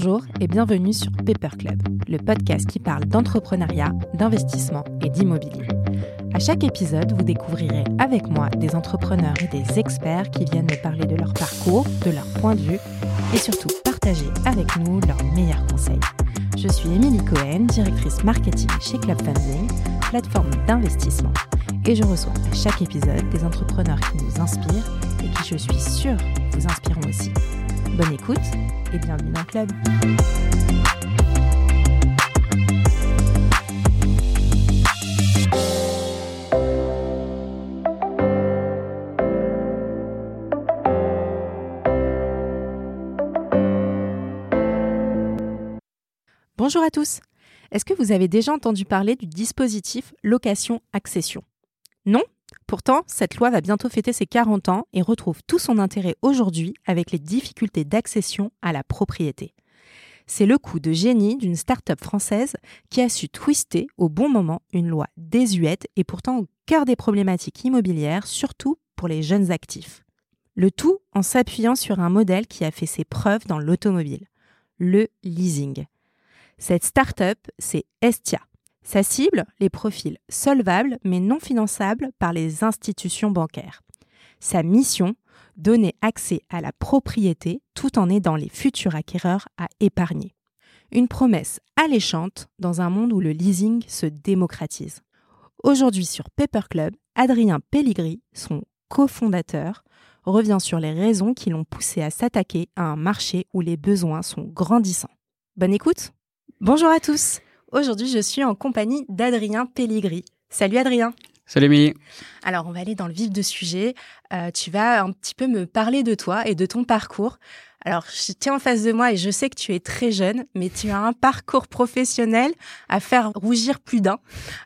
Bonjour et bienvenue sur Paper Club, le podcast qui parle d'entrepreneuriat, d'investissement et d'immobilier. À chaque épisode, vous découvrirez avec moi des entrepreneurs et des experts qui viennent me parler de leur parcours, de leur point de vue et surtout partager avec nous leurs meilleurs conseils. Je suis Émilie Cohen, directrice marketing chez Club Funding, plateforme d'investissement. Et je reçois à chaque épisode des entrepreneurs qui nous inspirent et qui, je suis sûre, vous inspireront aussi. Bonne écoute et bienvenue dans le club. Bonjour à tous. Est-ce que vous avez déjà entendu parler du dispositif location-accession ? Non ? Pourtant, cette loi va bientôt fêter ses 40 ans et retrouve tout son intérêt aujourd'hui avec les difficultés d'accession à la propriété. C'est le coup de génie d'une start-up française qui a su twister au bon moment une loi désuète et pourtant au cœur des problématiques immobilières, surtout pour les jeunes actifs. Le tout en s'appuyant sur un modèle qui a fait ses preuves dans l'automobile, le leasing. Cette start-up, c'est Estia. Sa cible, les profils solvables mais non finançables par les institutions bancaires. Sa mission, donner accès à la propriété tout en aidant les futurs acquéreurs à épargner. Une promesse alléchante dans un monde où le leasing se démocratise. Aujourd'hui sur Paper Club, Adrien Pelligri, son cofondateur, revient sur les raisons qui l'ont poussé à s'attaquer à un marché où les besoins sont grandissants. Bonne écoute! Bonjour à tous! Aujourd'hui, je suis en compagnie d'Adrien Pelligri. Salut Adrien. Salut Émilie. Alors, on va aller dans le vif du sujet. Tu vas un petit peu me parler de toi et de ton parcours. Alors, je tiens en face de moi et je sais que tu es très jeune, mais tu as un parcours professionnel à faire rougir plus d'un.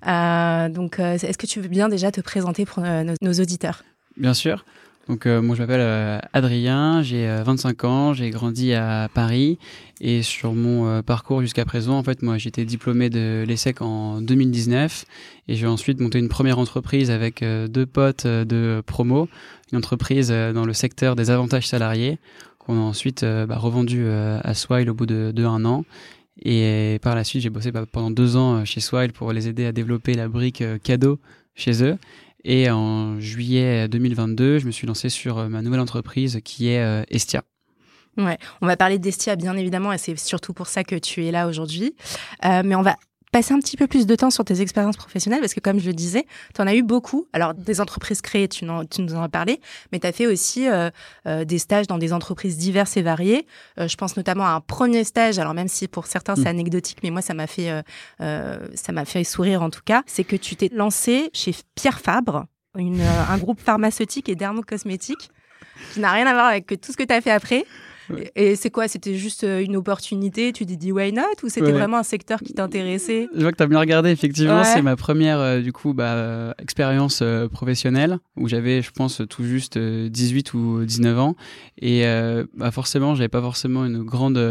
Donc, est-ce que tu veux bien déjà te présenter pour nos auditeurs ? Bien sûr. Donc, moi, je m'appelle Adrien, j'ai 25 ans, j'ai grandi à Paris et sur mon parcours jusqu'à présent, en fait, moi, j'étais diplômé de l'ESSEC en 2019 et j'ai ensuite monté une première entreprise avec deux potes de promo, une entreprise dans le secteur des avantages salariés qu'on a ensuite revendu à Swile au bout de 1 an. Et par la suite, j'ai bossé pendant 2 ans chez Swile pour les aider à développer la brique cadeau chez eux. Et en juillet 2022, je me suis lancé sur ma nouvelle entreprise qui est Estia. Ouais, on va parler d'Estia bien évidemment et c'est surtout pour ça que tu es là aujourd'hui. Mais on va passer un petit peu plus de temps sur tes expériences professionnelles parce que comme je le disais, tu en as eu beaucoup. Alors des entreprises créées, tu nous en as parlé, mais tu as fait aussi des stages dans des entreprises diverses et variées. Je pense notamment à un premier stage, alors même si pour certains c'est anecdotique, mais moi ça m'a fait sourire en tout cas, c'est que tu t'es lancé chez Pierre Fabre, un groupe pharmaceutique et dermocosmétique qui n'a rien à voir avec tout ce que tu as fait après. Ouais. Et c'est quoi ? C'était juste une opportunité, tu t'es dit why not ? Ou c'était vraiment un secteur qui t'intéressait ? Je vois que tu as bien regardé, effectivement. Ouais. C'est ma première expérience professionnelle où j'avais, je pense, tout juste 18 ou 19 ans. Et forcément, j'avais pas forcément une grande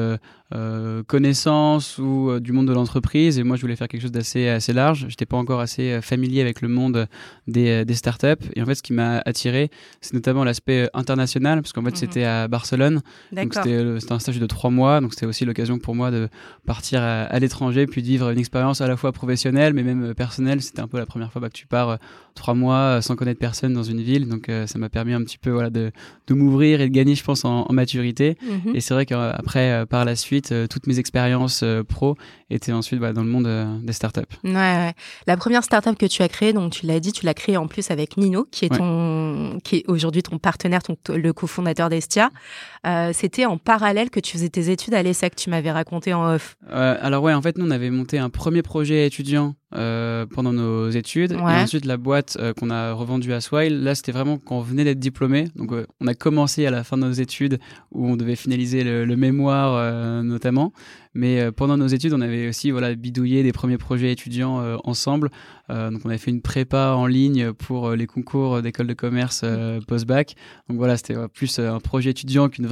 connaissance ou du monde de l'entreprise. Et moi, je voulais faire quelque chose assez large. J'étais pas encore assez familier avec le monde des startups. Et en fait, ce qui m'a attiré, c'est notamment l'aspect international, parce qu'en fait, c'était à Barcelone. Donc c'était un stage de 3 mois, donc c'était aussi l'occasion pour moi de partir à l'étranger, puis de vivre une expérience à la fois professionnelle, mais même personnelle. C'était un peu la première fois que tu pars 3 mois sans connaître personne dans une ville, donc ça m'a permis un petit peu de m'ouvrir et de gagner, je pense, en maturité. Et c'est vrai qu'après, par la suite, toutes mes expériences pro étaient ensuite dans le monde des startups. Ouais. La première startup que tu as créée, donc tu l'as dit, tu l'as créée en plus avec Nino, qui est aujourd'hui ton partenaire, le cofondateur d'Estia. C'était en parallèle que tu faisais tes études à l'ESSEC, tu m'avais raconté en off. Alors en fait, nous, on avait monté un premier projet étudiant pendant nos études. Et ensuite, la boîte qu'on a revendue à Swile, là, c'était vraiment quand on venait d'être diplômé. Donc, on a commencé à la fin de nos études où on devait finaliser le mémoire notamment. Mais pendant nos études, on avait aussi bidouillé des premiers projets étudiants ensemble. Donc, on avait fait une prépa en ligne pour les concours d'école de commerce post-bac. Donc, voilà, c'était plus un projet étudiant qu'une vraie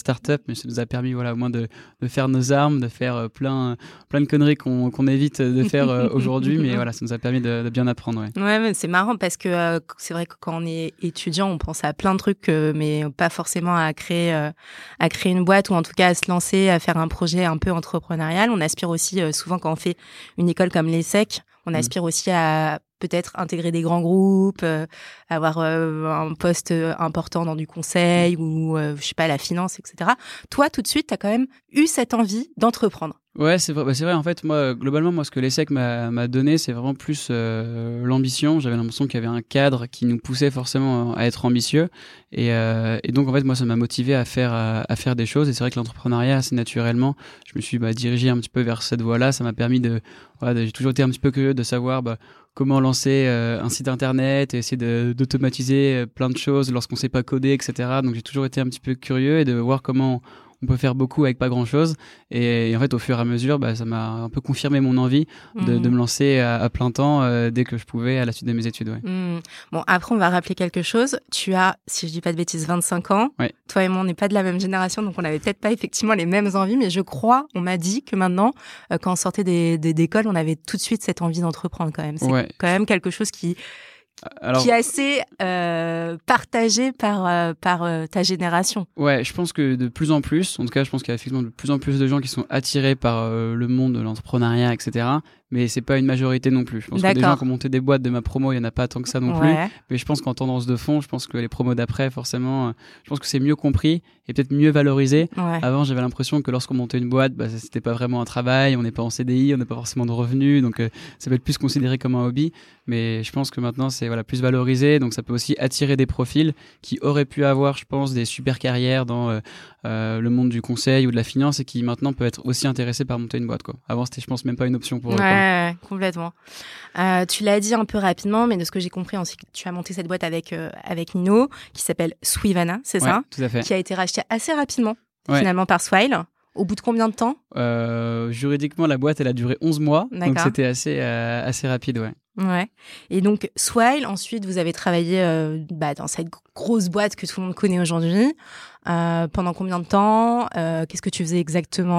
start-up, mais ça nous a permis au moins de faire nos armes, de faire plein de conneries qu'on évite de faire aujourd'hui, mais voilà, ça nous a permis de bien apprendre. Ouais, mais c'est marrant parce que c'est vrai que quand on est étudiant, on pense à plein de trucs, mais pas forcément à créer une boîte ou en tout cas à se lancer, à faire un projet un peu entrepreneurial. On aspire aussi souvent quand on fait une école comme l'ESSEC, on aspire aussi à peut-être intégrer des grands groupes, avoir un poste important dans du conseil ou, je sais pas, la finance, etc. Toi, tout de suite, tu as quand même eu cette envie d'entreprendre. Ouais, c'est vrai. C'est vrai. En fait, moi, globalement, ce que l'ESSEC m'a donné, c'est vraiment plus l'ambition. J'avais l'impression qu'il y avait un cadre qui nous poussait forcément à être ambitieux. Et donc, en fait, moi, ça m'a motivé à faire des choses. Et c'est vrai que l'entrepreneuriat, assez naturellement, je me suis dirigé un petit peu vers cette voie-là. Ça m'a permis j'ai toujours été un petit peu curieux de savoir comment lancer un site internet, et essayer d'automatiser plein de choses lorsqu'on sait pas coder, etc. Donc, j'ai toujours été un petit peu curieux et de voir comment on peut faire beaucoup avec pas grand chose. Et en fait, au fur et à mesure, ça m'a un peu confirmé mon envie de me lancer à plein temps dès que je pouvais à la suite de mes études. Ouais. Bon, après, on va rappeler quelque chose. Tu as, si je dis pas de bêtises, 25 ans. Ouais. Toi et moi, on n'est pas de la même génération, donc on n'avait peut-être pas effectivement les mêmes envies, mais je crois, on m'a dit que maintenant, quand on sortait d'école, on avait tout de suite cette envie d'entreprendre quand même. C'est quand même quelque chose qui est assez partagé par ta génération. Ouais, je pense que de plus en plus, en tout cas, je pense qu'il y a effectivement de plus en plus de gens qui sont attirés par le monde de l'entrepreneuriat, etc. Mais c'est pas une majorité non plus. Je pense que des gens qui ont monté des boîtes de ma promo, il y en a pas tant que ça non plus. Mais je pense qu'en tendance de fond, je pense que les promos d'après, forcément, je pense que c'est mieux compris et peut-être mieux valorisé. Avant, j'avais l'impression que lorsqu'on montait une boîte, c'était pas vraiment un travail, on n'est pas en CDI, on n'a pas forcément de revenus, donc ça peut être plus considéré comme un hobby. Mais je pense que maintenant, c'est plus valorisé, donc ça peut aussi attirer des profils qui auraient pu avoir, je pense, des super carrières dans le monde du conseil ou de la finance et qui maintenant peut être aussi intéressé par monter une boîte, quoi. Avant, c'était, je pense, même pas une option pour eux. Ouais, complètement. Tu l'as dit un peu rapidement, mais de ce que j'ai compris, ensuite, tu as monté cette boîte avec Nino, qui s'appelle Swivana, c'est ça ? Tout à fait. Qui a été rachetée assez rapidement, finalement, par Swile. Au bout de combien de temps ? Juridiquement, la boîte, elle a duré 11 mois. D'accord. Donc, c'était assez rapide, ouais. Ouais. Et donc, Swile, ensuite, vous avez travaillé dans cette grosse boîte que tout le monde connaît aujourd'hui. Pendant combien de temps ? Qu'est-ce que tu faisais exactement ?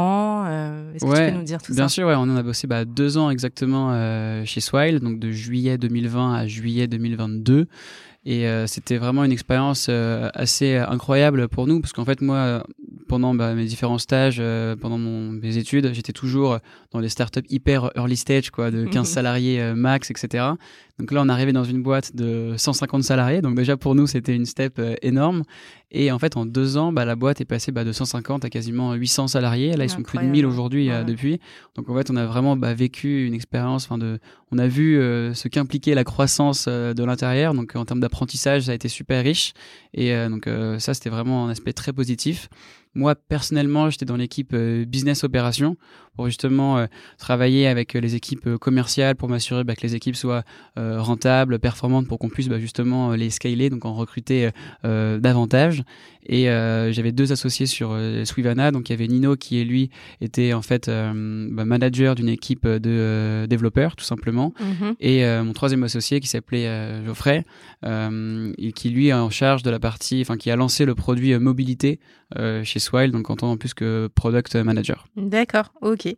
Est-ce que tu peux nous dire tout ça ? Bien sûr, ouais. On en a bossé 2 ans exactement chez Swile, donc de juillet 2020 à juillet 2022. Et c'était vraiment une expérience assez incroyable pour nous, parce qu'en fait, moi, pendant mes différents stages, pendant mes études, j'étais toujours dans des startups hyper early stage, quoi, de 15 salariés max, etc. Donc là, on arrivait dans une boîte de 150 salariés. Donc déjà, pour nous, c'était une step énorme. Et en fait, en 2 ans, la boîte est passée de 150 à quasiment 800 salariés. Là, ils sont plus de 1000 aujourd'hui depuis. Donc en fait, on a vraiment vécu une expérience. On a vu ce qu'impliquait la croissance de l'intérieur. Donc en termes d'apprentissage, ça a été super riche. Et donc ça, c'était vraiment un aspect très positif. Moi, personnellement, j'étais dans l'équipe business opération pour justement travailler avec les équipes commerciales pour m'assurer que les équipes soient rentables, performantes, pour qu'on puisse justement les scaler, donc en recruter davantage. Et j'avais 2 associés sur Swivana. Donc il y avait Nino qui lui était en fait manager d'une équipe de développeurs tout simplement. Et mon 3e associé qui s'appelait Geoffrey, qui lui est en charge de la partie, qui a lancé le produit mobilité chez Swile, donc en tant plus que product manager. D'accord, ok.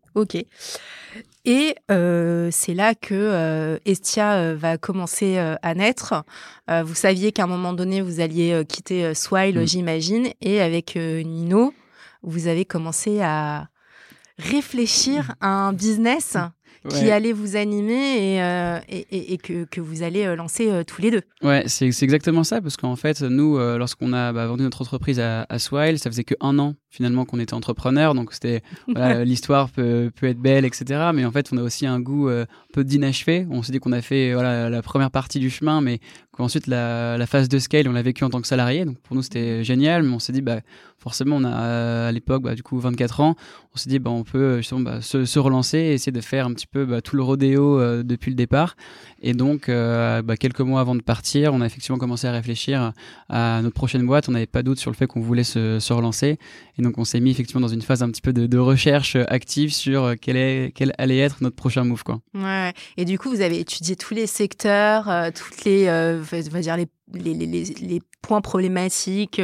Et c'est là que Estia va commencer à naître. Vous saviez qu'à un moment donné, vous alliez quitter Swile, j'imagine. Et avec Nino, vous avez commencé à réfléchir à un business qui allait vous animer et que vous allez lancer tous les deux. Ouais, c'est exactement ça, parce qu'en fait, nous, lorsqu'on a vendu notre entreprise à Swile, ça faisait que 1 an finalement qu'on était entrepreneur, donc c'était l'histoire peut être belle, etc. Mais en fait, on a aussi un goût un peu d'inachevé. On s'est dit qu'on a fait la première partie du chemin, mais qu'ensuite la phase de scale, on l'a vécu en tant que salarié. Donc pour nous, c'était génial, mais on s'est dit forcément, on a à l'époque du coup 24 ans, on s'est dit on peut justement se relancer et essayer de faire un petit peu tout le rodéo depuis le départ. Et donc quelques mois avant de partir, on a effectivement commencé à réfléchir à notre prochaine boîte. On n'avait pas de doute sur le fait qu'on voulait se relancer. Et donc on s'est mis effectivement dans une phase un petit peu de recherche active sur quel allait être notre prochain move, quoi. Ouais. Et du coup, vous avez étudié tous les secteurs, toutes les les points problématiques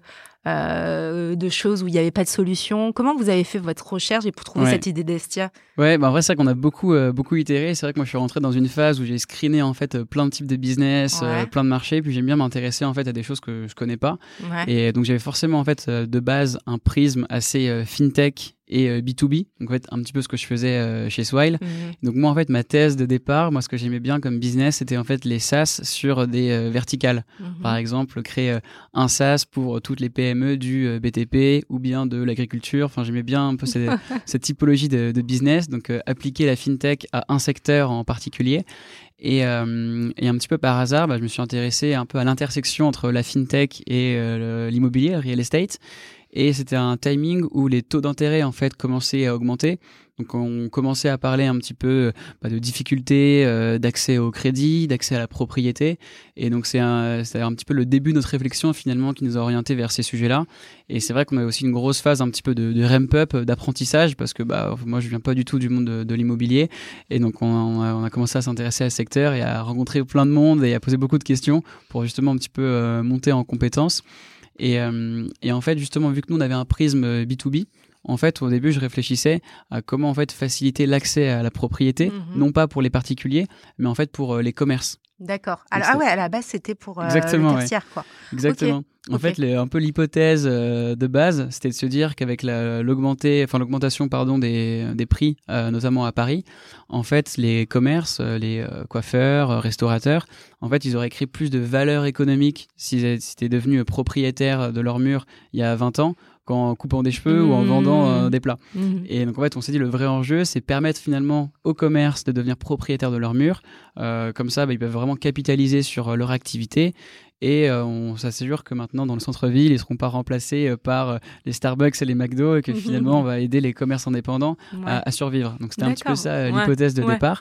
de choses où il n'y avait pas de solution. Comment vous avez fait votre recherche et pour trouver cette idée d'Estia? Ouais, en vrai, c'est vrai qu'on a beaucoup itéré. C'est vrai que moi, je suis rentré dans une phase où j'ai screené en fait plein de types de business, plein de marchés. Puis j'aime bien m'intéresser en fait à des choses que je connais pas. Ouais. Et donc j'avais forcément en fait de base un prisme assez fintech et B2B, donc en fait un petit peu ce que je faisais chez Swile. Donc moi en fait ma thèse de départ, moi ce que j'aimais bien comme business, c'était en fait les SaaS sur des verticales. Par exemple, créer un SaaS pour toutes les PME du BTP ou bien de l'agriculture. Enfin, j'aimais bien un peu cette typologie de business, donc appliquer la fintech à un secteur en particulier. Et un petit peu par hasard, je me suis intéressé un peu à l'intersection entre la fintech et l'immobilier, real estate. Et c'était un timing où les taux d'intérêt en fait commençaient à augmenter. Donc on commençait à parler un petit peu de difficultés d'accès au crédit, d'accès à la propriété. Et donc c'est un petit peu le début de notre réflexion finalement qui nous a orientés vers ces sujets-là. Et c'est vrai qu'on a aussi une grosse phase un petit peu de ramp-up, d'apprentissage, parce que moi je viens pas du tout du monde de l'immobilier. Et donc on a commencé à s'intéresser à ce secteur et à rencontrer plein de monde et à poser beaucoup de questions pour justement un petit peu monter en compétences. Et en fait, justement, vu que nous, on avait un prisme B2B, en fait, au début, je réfléchissais à comment en fait faciliter l'accès à la propriété, non pas pour les particuliers, mais en fait pour les commerces. D'accord. Alors, à la base, c'était pour le tertiaire, quoi. Exactement. Okay. En fait, un peu l'hypothèse de base, c'était de se dire qu'avec l'augmentation des prix, notamment à Paris, en fait, les commerces, les coiffeurs, restaurateurs, en fait, ils auraient créé plus de valeur économique s'ils étaient devenus propriétaires de leurs murs il y a 20 ans, qu'en coupant des cheveux ou en vendant des plats. Et donc en fait, on s'est dit le vrai enjeu, c'est permettre finalement aux commerces de devenir propriétaires de leurs murs. Comme ça, ils peuvent vraiment capitaliser sur leur activité. Et on s'assure que maintenant, dans le centre-ville, ils ne seront pas remplacés par les Starbucks et les McDo et que finalement, on va aider les commerces indépendants à survivre. Donc c'était un petit peu ça l'hypothèse de départ.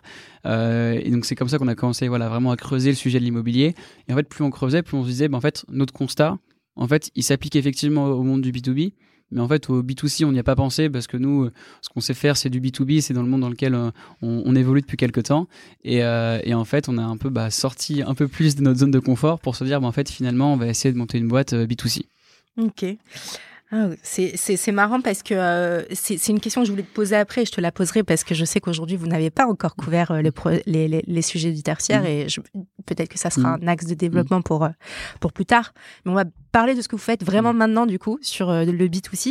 Et donc c'est comme ça qu'on a commencé vraiment à creuser le sujet de l'immobilier. Et en fait, plus on creusait, plus on se disait, en fait, notre constat, en fait, il s'applique effectivement au monde du B2B, mais en fait, au B2C, on n'y a pas pensé parce que nous, ce qu'on sait faire, c'est du B2B, c'est dans le monde dans lequel on évolue depuis quelques temps. Et en fait, on a un peu sorti un peu plus de notre zone de confort pour se dire, en fait, finalement, on va essayer de monter une boîte B2C. Ok. C'est marrant parce que c'est une question que je voulais te poser après. Je te la poserai parce que je sais qu'aujourd'hui, vous n'avez pas encore couvert les sujets du tertiaire et peut-être que ça sera un axe de développement pour plus tard. Mais on va parler de ce que vous faites vraiment maintenant, du coup, sur le B2C.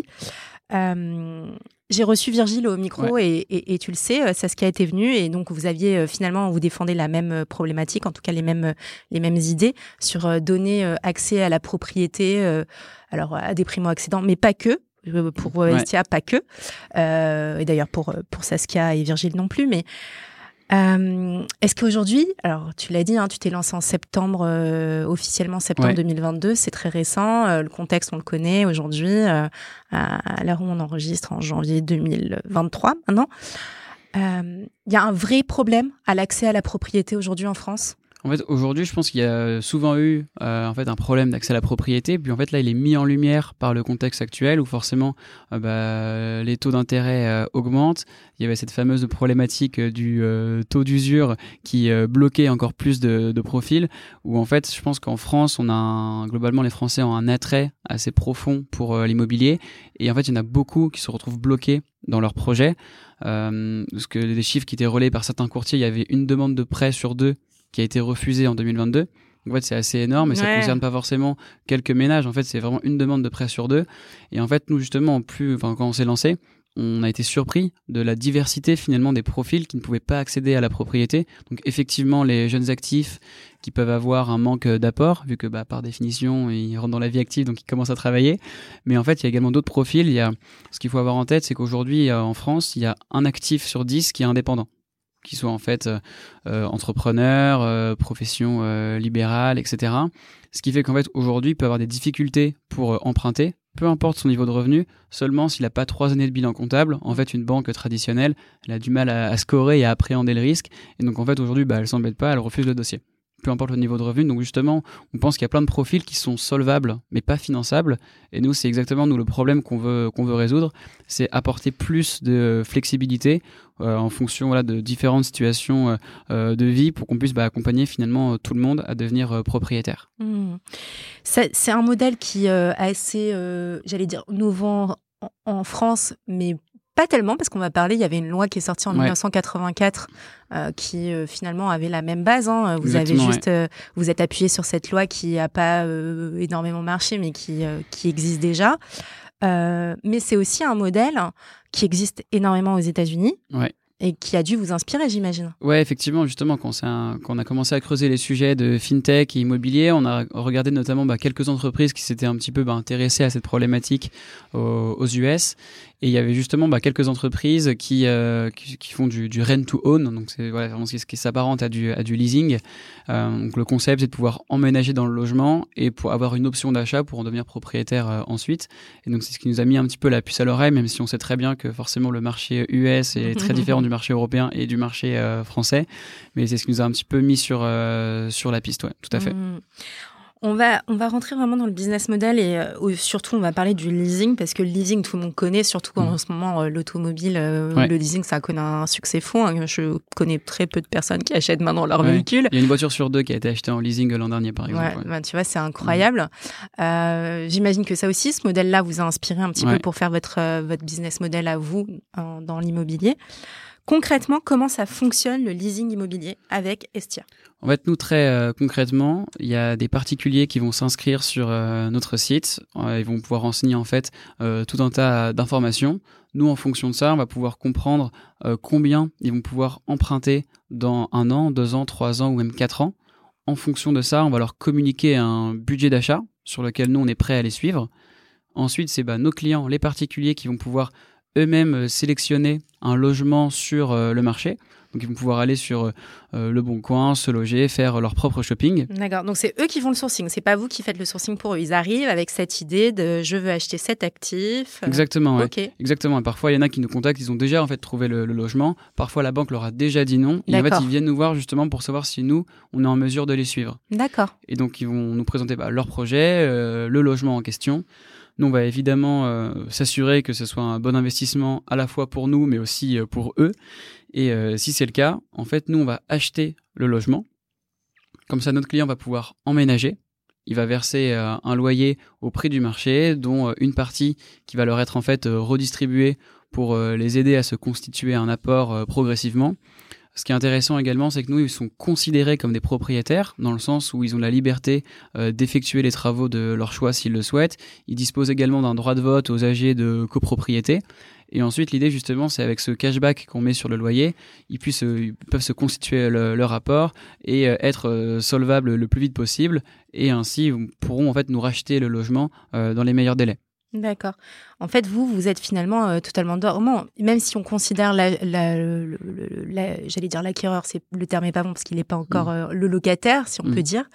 J'ai reçu Virgile au micro et tu le sais, Saskia était venue et donc vous aviez finalement, vous défendez la même problématique, en tout cas les mêmes idées sur donner accès à la propriété, alors à des primo-accédants, mais pas que, pour Estia, pas que, et d'ailleurs pour Saskia et Virgile non plus, mais est-ce qu'aujourd'hui, alors tu l'as dit, tu t'es lancé en septembre, officiellement septembre 2022, c'est très récent, le contexte on le connaît aujourd'hui, à l'heure où on enregistre en janvier 2023 maintenant. Il y a un vrai problème à l'accès à la propriété aujourd'hui en France ? En fait, aujourd'hui, je pense qu'il y a souvent eu un problème d'accès à la propriété. Puis en fait, là, il est mis en lumière par le contexte actuel où forcément les taux d'intérêt augmentent. Il y avait cette fameuse problématique du taux d'usure qui bloquait encore plus de profils. Où en fait, je pense qu'en France, globalement, les Français ont un attrait assez profond pour l'immobilier. Et en fait, il y en a beaucoup qui se retrouvent bloqués dans leurs projets. Parce que des chiffres qui étaient relayés par certains courtiers, il y avait une demande de prêt sur 2 qui a été refusé en 2022. Donc, en fait, c'est assez énorme et ça ne concerne pas forcément quelques ménages. En fait, c'est vraiment une demande de prêt sur 2. Et en fait, nous, justement, quand on s'est lancé, on a été surpris de la diversité, finalement, des profils qui ne pouvaient pas accéder à la propriété. Donc, effectivement, les jeunes actifs qui peuvent avoir un manque d'apport, vu que, par définition, ils rentrent dans la vie active, donc ils commencent à travailler. Mais en fait, il y a également d'autres profils. Ce qu'il faut avoir en tête, c'est qu'aujourd'hui, en France, il y a un actif sur 10 qui est indépendant, qui soit en fait entrepreneur, profession libérale, etc. Ce qui fait qu'en fait aujourd'hui il peut avoir des difficultés pour emprunter, peu importe son niveau de revenu, seulement s'il n'a pas 3 années de bilan comptable. En fait, une banque traditionnelle, elle a du mal à scorer et à appréhender le risque. Et donc en fait aujourd'hui, elle s'embête pas, elle refuse le dossier. peu importe le niveau de revenu. Donc justement, on pense qu'il y a plein de profils qui sont solvables, mais pas finançables. Et nous, c'est exactement le problème qu'on veut résoudre, c'est apporter plus de flexibilité en fonction de différentes situations de vie pour qu'on puisse accompagner finalement tout le monde à devenir propriétaire. C'est un modèle qui est assez, j'allais dire, nouveau en France, mais pas tellement, parce qu'on va parler, il y avait une loi qui est sortie en 1984 qui finalement avait la même base. Vous avez juste, vous êtes appuyé sur cette loi qui n'a pas énormément marché, mais qui existe déjà. Mais c'est aussi un modèle qui existe énormément aux États-Unis. Ouais. Et qui a dû vous inspirer, j'imagine. Ouais, effectivement, justement, quand on a commencé à creuser les sujets de fintech et immobilier, on a regardé notamment quelques entreprises qui s'étaient un petit peu intéressées à cette problématique aux US. Et il y avait justement quelques entreprises qui font du rent to own, donc c'est vraiment ce qui s'apparente à du leasing. Donc le concept, c'est de pouvoir emménager dans le logement et pour avoir une option d'achat pour en devenir propriétaire ensuite. Et donc c'est ce qui nous a mis un petit peu la puce à l'oreille, même si on sait très bien que forcément le marché US est très différent du marché européen et du marché français. Mais c'est ce qui nous a un petit peu mis sur la piste, ouais, tout à fait. On va rentrer vraiment dans le business model et surtout on va parler du leasing parce que le leasing tout le monde connaît, surtout en ce moment l'automobile, le leasing ça connaît un succès fou. Je connais très peu de personnes qui achètent maintenant leur véhicule. Il y a une voiture sur 2 qui a été achetée en leasing l'an dernier par exemple. Tu vois, c'est incroyable. J'imagine que ça aussi, ce modèle-là vous a inspiré un petit peu pour faire votre business model à vous dans l'immobilier. Concrètement, comment ça fonctionne le leasing immobilier avec Estia ? En fait, nous, très concrètement, il y a des particuliers qui vont s'inscrire sur notre site. Ils vont pouvoir renseigner en fait tout un tas d'informations. Nous, en fonction de ça, on va pouvoir comprendre combien ils vont pouvoir emprunter dans 1 an, 2 ans, 3 ans ou même 4 ans. En fonction de ça, on va leur communiquer un budget d'achat sur lequel nous, on est prêt à les suivre. Ensuite, c'est nos clients, les particuliers qui vont pouvoir eux-mêmes sélectionner un logement sur le marché. Donc, ils vont pouvoir aller sur Le Bon Coin, se loger, faire leur propre shopping. D'accord. Donc, c'est eux qui font le sourcing. C'est pas vous qui faites le sourcing pour eux. Ils arrivent avec cette idée de « je veux acheter cet actif ». Exactement, ouais. Okay. Exactement. Et parfois, il y en a qui nous contactent. Ils ont déjà en fait trouvé le logement. Parfois, la banque leur a déjà dit non. Et en fait, ils viennent nous voir justement pour savoir si nous, on est en mesure de les suivre. D'accord. Et donc, ils vont nous présenter leur projet, le logement en question. Nous, on va évidemment s'assurer que ce soit un bon investissement à la fois pour nous, mais aussi pour eux. Et si c'est le cas, en fait, nous, on va acheter le logement. Comme ça, notre client va pouvoir emménager. Il va verser un loyer au prix du marché, dont une partie qui va leur être en fait redistribuée pour les aider à se constituer un apport progressivement. Ce qui est intéressant également, c'est que nous, ils sont considérés comme des propriétaires, dans le sens où ils ont la liberté d'effectuer les travaux de leur choix s'ils le souhaitent. Ils disposent également d'un droit de vote aux âgés de copropriété. Et ensuite, l'idée, justement, c'est avec ce cashback qu'on met sur le loyer, ils peuvent se constituer leur apport et être solvables le plus vite possible. Et ainsi, ils pourront en fait nous racheter le logement dans les meilleurs délais. D'accord. En fait, vous êtes finalement totalement dormant. Même si on considère, j'allais dire l'acquéreur, le terme n'est pas bon parce qu'il n'est pas encore le locataire, si on peut dire.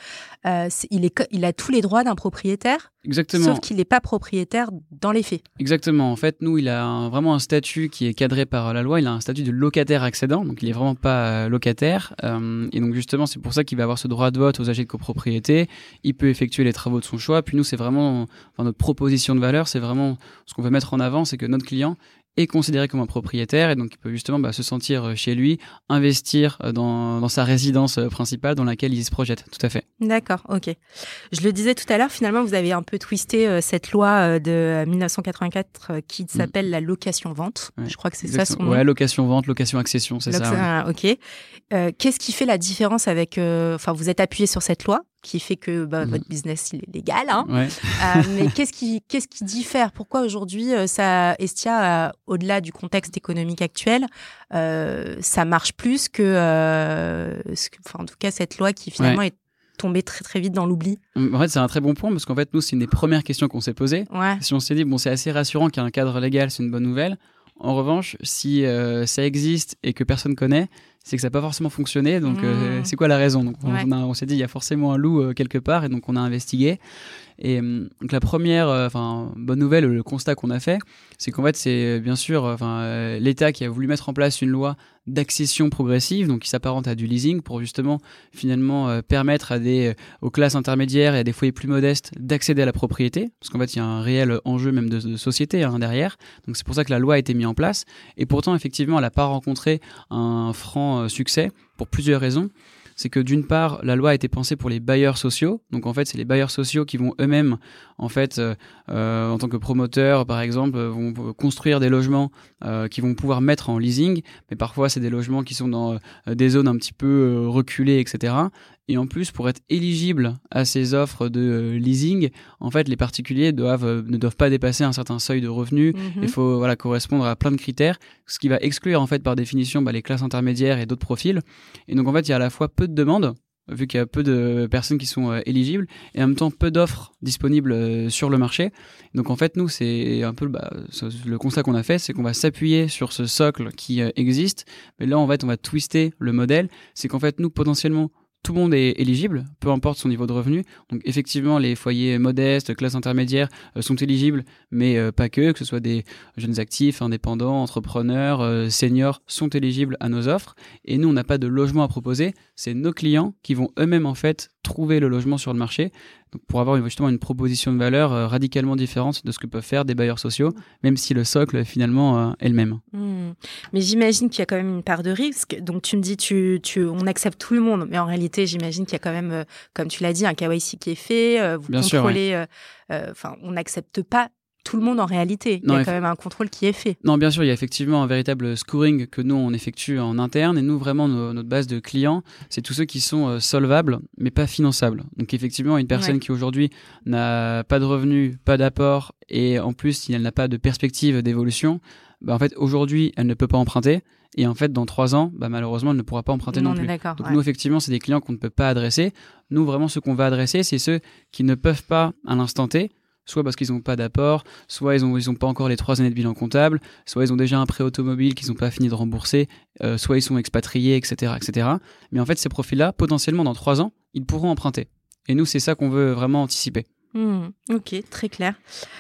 Il a tous les droits d'un propriétaire. Exactement. Sauf qu'il n'est pas propriétaire dans les faits. Exactement. En fait, nous, il a vraiment un statut qui est cadré par la loi. Il a un statut de locataire accédant, donc il n'est vraiment pas locataire. Et donc justement, c'est pour ça qu'il va avoir ce droit de vote aux âgés de copropriété. Il peut effectuer les travaux de son choix. Puis nous, c'est vraiment notre proposition de valeur. C'est vraiment ce qu'on veut mettre en avant, c'est que notre client est considéré comme un propriétaire et donc il peut justement se sentir chez lui, investir dans sa résidence principale dans laquelle il se projette. Tout à fait. D'accord, ok. Je le disais tout à l'heure, finalement, vous avez un peu twisté cette loi de 1984 qui s'appelle la location-vente. Ouais, je crois que c'est ça son nom. Ouais, location-vente, location-accession, c'est ça. Ouais. Ok. Qu'est-ce qui fait la différence avec... vous êtes appuyé sur cette loi qui fait que votre business il est légal, hein. Ouais. Mais qu'est-ce qui diffère ? Pourquoi aujourd'hui Estia, au-delà du contexte économique actuel, ça marche plus que, en tout cas cette loi qui finalement est tombée très très vite dans l'oubli ? En fait, c'est un très bon point parce qu'en fait nous c'est une des premières questions qu'on s'est posées. Ouais. Si on s'est dit c'est assez rassurant qu'il y ait un cadre légal, c'est une bonne nouvelle. En revanche, si ça existe et que personne connaît, c'est que ça n'a pas forcément fonctionné. Donc, c'est quoi la raison? Donc, on s'est dit, il y a forcément un loup quelque part, et donc on a investigué. Et donc la première bonne nouvelle, le constat qu'on a fait, c'est qu'en fait c'est bien sûr l'État qui a voulu mettre en place une loi d'accession progressive, donc qui s'apparente à du leasing, pour justement finalement permettre aux classes intermédiaires et à des foyers plus modestes d'accéder à la propriété, parce qu'en fait il y a un réel enjeu même de société derrière. Donc c'est pour ça que la loi a été mise en place, et pourtant effectivement elle n'a pas rencontré un franc succès pour plusieurs raisons. C'est que d'une part, la loi a été pensée pour les bailleurs sociaux. Donc en fait, c'est les bailleurs sociaux qui vont eux-mêmes, en fait, en tant que promoteurs, par exemple, vont construire des logements qui vont pouvoir mettre en leasing. Mais parfois, c'est des logements qui sont dans des zones un petit peu reculées, etc. Et en plus, pour être éligible à ces offres de leasing, en fait, les particuliers ne doivent pas dépasser un certain seuil de revenus. Il faut correspondre à plein de critères, ce qui va exclure en fait par définition les classes intermédiaires et d'autres profils. Et donc en fait, il y a à la fois peu de demandes, vu qu'il y a peu de personnes qui sont éligibles, et en même temps peu d'offres disponibles sur le marché. Donc en fait, nous, c'est un peu le constat qu'on a fait, c'est qu'on va s'appuyer sur ce socle qui existe. Mais là, en fait, on va twister le modèle. C'est qu'en fait, nous, potentiellement, tout le monde est éligible, peu importe son niveau de revenu. Donc effectivement, les foyers modestes, classes intermédiaires sont éligibles, mais pas que ce soit des jeunes actifs, indépendants, entrepreneurs, seniors sont éligibles à nos offres. Et nous, on n'a pas de logement à proposer. C'est nos clients qui vont eux-mêmes en fait trouver le logement sur le marché. Donc pour avoir justement une proposition de valeur radicalement différente de ce que peuvent faire des bailleurs sociaux, même si le socle finalement est le même. Mais j'imagine qu'il y a quand même une part de risque. Donc tu me dis, on accepte tout le monde, mais en réalité, j'imagine qu'il y a quand même, comme tu l'as dit, un KYC qui est fait. Vous bien contrôlez. On n'accepte pas tout le monde en réalité. Il y a quand même un contrôle qui est fait. Non, bien sûr, il y a effectivement un véritable scoring que nous, on effectue en interne. Et nous, vraiment, notre base de clients, c'est tous ceux qui sont solvables, mais pas finançables. Donc, effectivement, une personne qui aujourd'hui n'a pas de revenus, pas d'apport, et en plus, si elle n'a pas de perspective d'évolution, en fait, aujourd'hui, elle ne peut pas emprunter. Et en fait, dans 3 ans, malheureusement, elle ne pourra pas emprunter non plus. Donc, nous, effectivement, c'est des clients qu'on ne peut pas adresser. Nous, vraiment, ceux qu'on va adresser, c'est ceux qui ne peuvent pas, à l'instant T, soit parce qu'ils n'ont pas d'apport, soit ils ont pas encore les 3 années de bilan comptable, soit ils ont déjà un prêt automobile qu'ils n'ont pas fini de rembourser, soit ils sont expatriés, etc., etc. Mais en fait, ces profils-là, potentiellement, dans 3 ans, ils pourront emprunter. Et nous, c'est ça qu'on veut vraiment anticiper. Ok, très clair.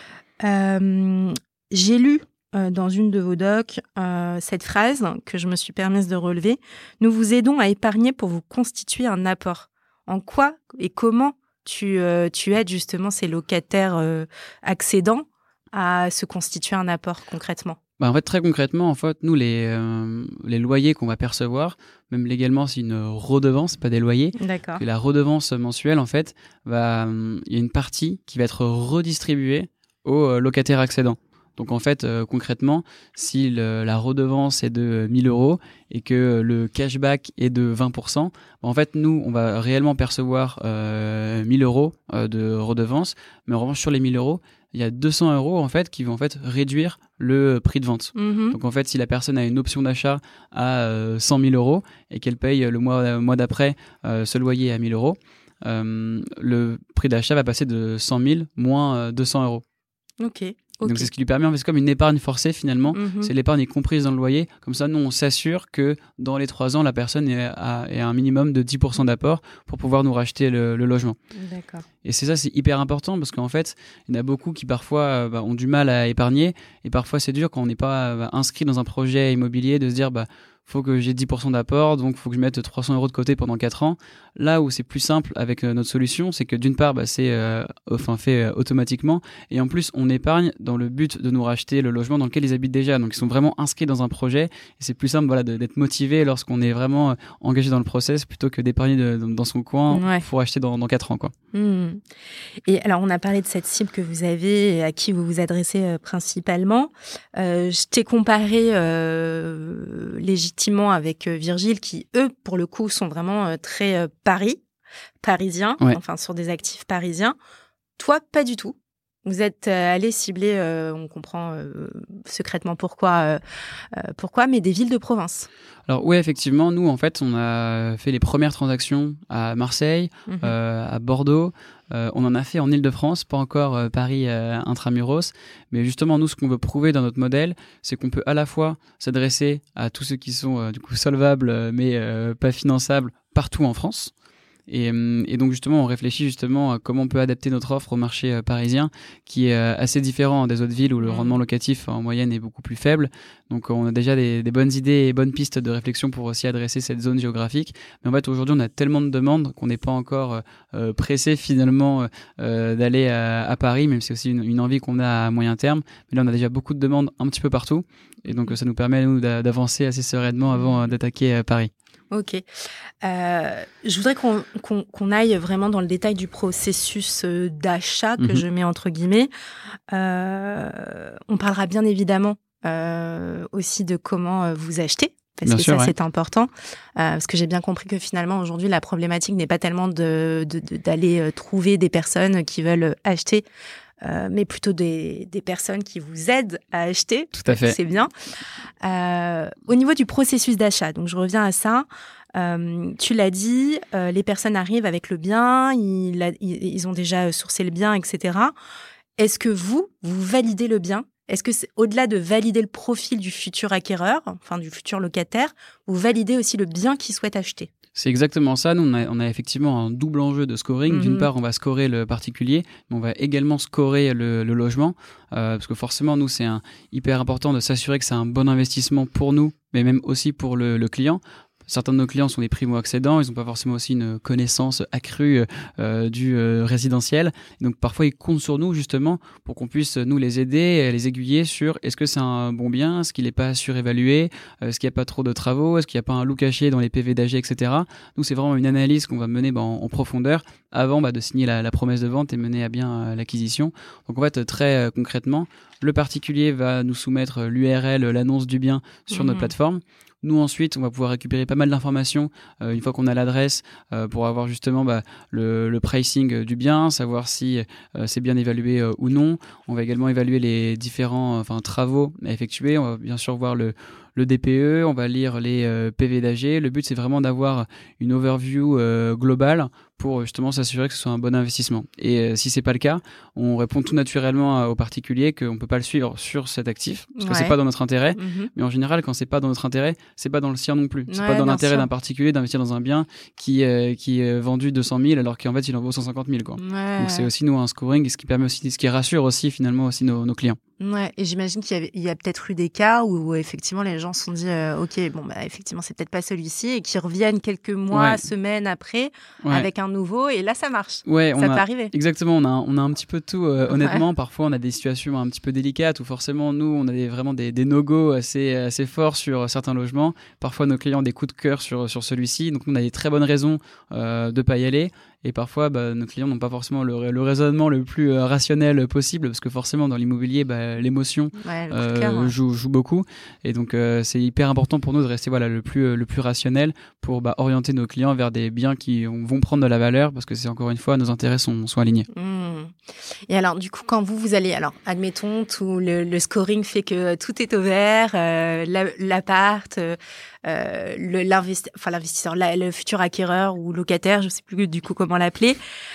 J'ai lu dans une de vos docs cette phrase que je me suis permise de relever. « Nous vous aidons à épargner pour vous constituer un apport ». En quoi et comment tu aides justement ces locataires accédants à se constituer un apport concrètement? En fait, très concrètement, en fait, nous, les loyers qu'on va percevoir, même légalement, c'est une redevance, pas des loyers. D'accord. Et la redevance mensuelle, en fait, il y a une partie qui va être redistribuée aux locataires accédants. Donc en fait, concrètement, si la redevance est de 1 000 € et que le cashback est de 20%, en fait, nous, on va réellement percevoir 1 000 € de redevance. Mais en revanche, sur les 1 000 €, il y a 200 € en fait qui vont en fait réduire le prix de vente. Donc en fait, si la personne a une option d'achat à 100 000 € et qu'elle paye le mois d'après ce loyer à 1 000 €, le prix d'achat va passer de 100 000 moins 200 €. Ok. Donc c'est ce qui lui permet, c'est comme une épargne forcée finalement, c'est l'épargne est comprise dans le loyer, comme ça nous on s'assure que dans les 3 ans la personne est à un minimum de 10% d'apport pour pouvoir nous racheter le logement. D'accord. Et c'est hyper important parce qu'en fait il y en a beaucoup qui parfois ont du mal à épargner, et parfois c'est dur quand on n'est pas inscrit dans un projet immobilier de se dire faut que j'ai 10% d'apport, donc faut que je mette 300 € de côté pendant 4 ans. Là où c'est plus simple avec notre solution, c'est que d'une part, c'est fait automatiquement, et en plus, on épargne dans le but de nous racheter le logement dans lequel ils habitent déjà. Donc, ils sont vraiment inscrits dans un projet, et c'est plus simple d'être motivé lorsqu'on est vraiment engagé dans le process, plutôt que d'épargner dans son coin pour acheter dans 4 ans, quoi. Et alors, on a parlé de cette cible que vous avez et à qui vous vous adressez principalement. Je t'ai comparé légitimement avec Virgile, qui, eux, pour le coup, sont vraiment très parisiens, enfin sur des actifs parisiens. Toi, pas du tout. Vous êtes allé cibler, on comprend secrètement pourquoi, mais des villes de province. Alors oui, effectivement, nous, en fait, on a fait les premières transactions à Marseille, à Bordeaux, On en a fait en Île-de-France, pas encore Paris intramuros. Mais justement, nous, ce qu'on veut prouver dans notre modèle, c'est qu'on peut à la fois s'adresser à tous ceux qui sont du coup solvables, mais pas finançables partout en France. Et donc justement, on réfléchit justement à comment on peut adapter notre offre au marché parisien, qui est assez différent des autres villes où le rendement locatif en moyenne est beaucoup plus faible. Donc on a déjà des bonnes idées et bonnes pistes de réflexion pour aussi adresser cette zone géographique. Mais en fait, aujourd'hui, on a tellement de demandes qu'on n'est pas encore pressé finalement d'aller à Paris, même si c'est aussi une envie qu'on a à moyen terme. Mais là, on a déjà beaucoup de demandes un petit peu partout. Et donc ça nous permet nous d'avancer assez sereinement avant d'attaquer Paris. Ok. Je voudrais qu'on aille vraiment dans le détail du processus d'achat que je mets entre guillemets. On parlera bien évidemment aussi de comment vous achetez. Parce que ça, c'est important. Parce que j'ai bien compris que finalement, aujourd'hui, la problématique n'est pas tellement d'aller trouver des personnes qui veulent acheter, mais plutôt des personnes qui vous aident à acheter. Tout à fait. C'est bien. Au niveau du processus d'achat, donc je reviens à ça. Tu l'as dit, les personnes arrivent avec le bien, ils ont déjà sourcé le bien, etc. Est-ce que vous validez le bien ? Est-ce que c'est, au-delà de valider le profil du futur acquéreur, enfin du futur locataire, vous validez aussi le bien qu'il souhaite acheter ? C'est exactement ça. Nous, on a effectivement un double enjeu de scoring. D'une part, on va scorer le particulier, mais on va également scorer le logement. Parce que forcément, nous, c'est hyper important de s'assurer que c'est un bon investissement pour nous, mais même aussi pour le client. Certains de nos clients sont des primo-accédants, ils n'ont pas forcément aussi une connaissance accrue du résidentiel. Donc parfois, ils comptent sur nous justement pour qu'on puisse nous les aider, les aiguiller sur est-ce que c'est un bon bien, est-ce qu'il n'est pas surévalué, est-ce qu'il n'y a pas trop de travaux, est-ce qu'il n'y a pas un loup caché dans les PV d'AG, etc. Nous, c'est vraiment une analyse qu'on va mener en profondeur avant de signer la promesse de vente et mener à bien l'acquisition. Donc en fait, très concrètement, le particulier va nous soumettre l'URL, l'annonce du bien sur notre plateforme. Nous, ensuite, on va pouvoir récupérer pas mal d'informations une fois qu'on a l'adresse pour avoir justement le pricing du bien, savoir si c'est bien évalué ou non. On va également évaluer les différents travaux à effectuer. On va bien sûr voir le DPE, on va lire les PV d'AG. Le but, c'est vraiment d'avoir une overview globale pour justement s'assurer que ce soit un bon investissement. Et si c'est pas le cas, on répond tout naturellement aux particuliers qu'on peut pas le suivre sur cet actif parce que c'est pas dans notre intérêt. Mais en général, quand c'est pas dans notre intérêt, c'est pas dans le sien non plus. C'est pas dans l'intérêt d'un particulier d'investir dans un bien qui est vendu 200 000 alors qu'en fait il en vaut 150 000 quoi. Donc c'est aussi nous un scoring, ce qui rassure aussi finalement aussi nos clients. Ouais, et j'imagine qu'il y a peut-être eu des cas où effectivement les gens se sont dit ok, bon effectivement c'est peut-être pas celui-ci et qui reviennent quelques mois, semaines après avec un nouveau et là ça marche. Ça peut arriver. Exactement, on a un petit peu de tout. Honnêtement, parfois on a des situations un petit peu délicates où forcément nous on a vraiment des no-go assez forts sur certains logements. Parfois nos clients ont des coups de cœur sur celui-ci, donc on a des très bonnes raisons de pas y aller. Et parfois, nos clients n'ont pas forcément le raisonnement le plus rationnel possible parce que forcément, dans l'immobilier, l'émotion joue beaucoup. Et donc, c'est hyper important pour nous de rester le plus rationnel pour orienter nos clients vers des biens qui vont prendre de la valeur parce que c'est encore une fois, nos intérêts sont alignés. Et alors, du coup, quand vous allez, alors, admettons, tout le scoring fait que tout est au vert, l'appart, l'investisseur, le futur acquéreur ou locataire, je sais plus du coup comment l'appeler.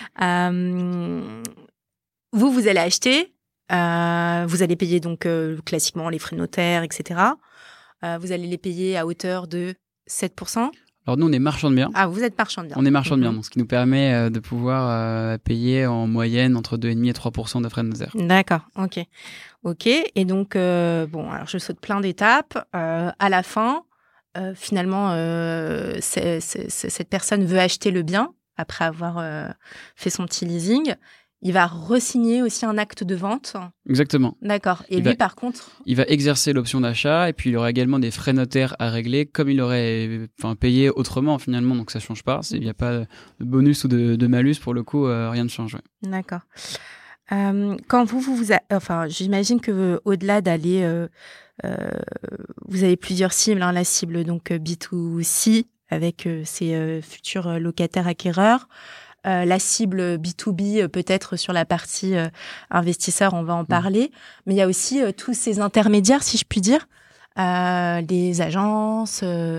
Vous allez acheter, vous allez payer donc classiquement les frais notaires, etc. Vous allez les payer à hauteur de 7%. Alors nous, on est marchand de biens. Ah, vous êtes marchand de biens. On est marchand de biens, donc ce qui nous permet de pouvoir payer en moyenne entre 2,5 et 3% de frais de notaire. D'accord, ok. Et donc, alors je saute plein d'étapes. À la fin, finalement, cette personne veut acheter le bien après avoir fait son petit leasing. Il va re-signer aussi un acte de vente. Exactement. D'accord. Et lui, par contre... Il va exercer l'option d'achat et puis il aura également des frais notaires à régler comme il aurait payé autrement finalement. Donc ça ne change pas. Il n'y a pas de bonus ou de malus. Pour le coup, rien ne change. Ouais. D'accord. Quand j'imagine que au-delà d'aller... vous avez plusieurs cibles. La cible donc B2C avec ses futurs locataires acquéreurs. La cible B2B, peut-être sur la partie investisseur, on va en parler. Mais il y a aussi tous ces intermédiaires, si je puis dire, des agences,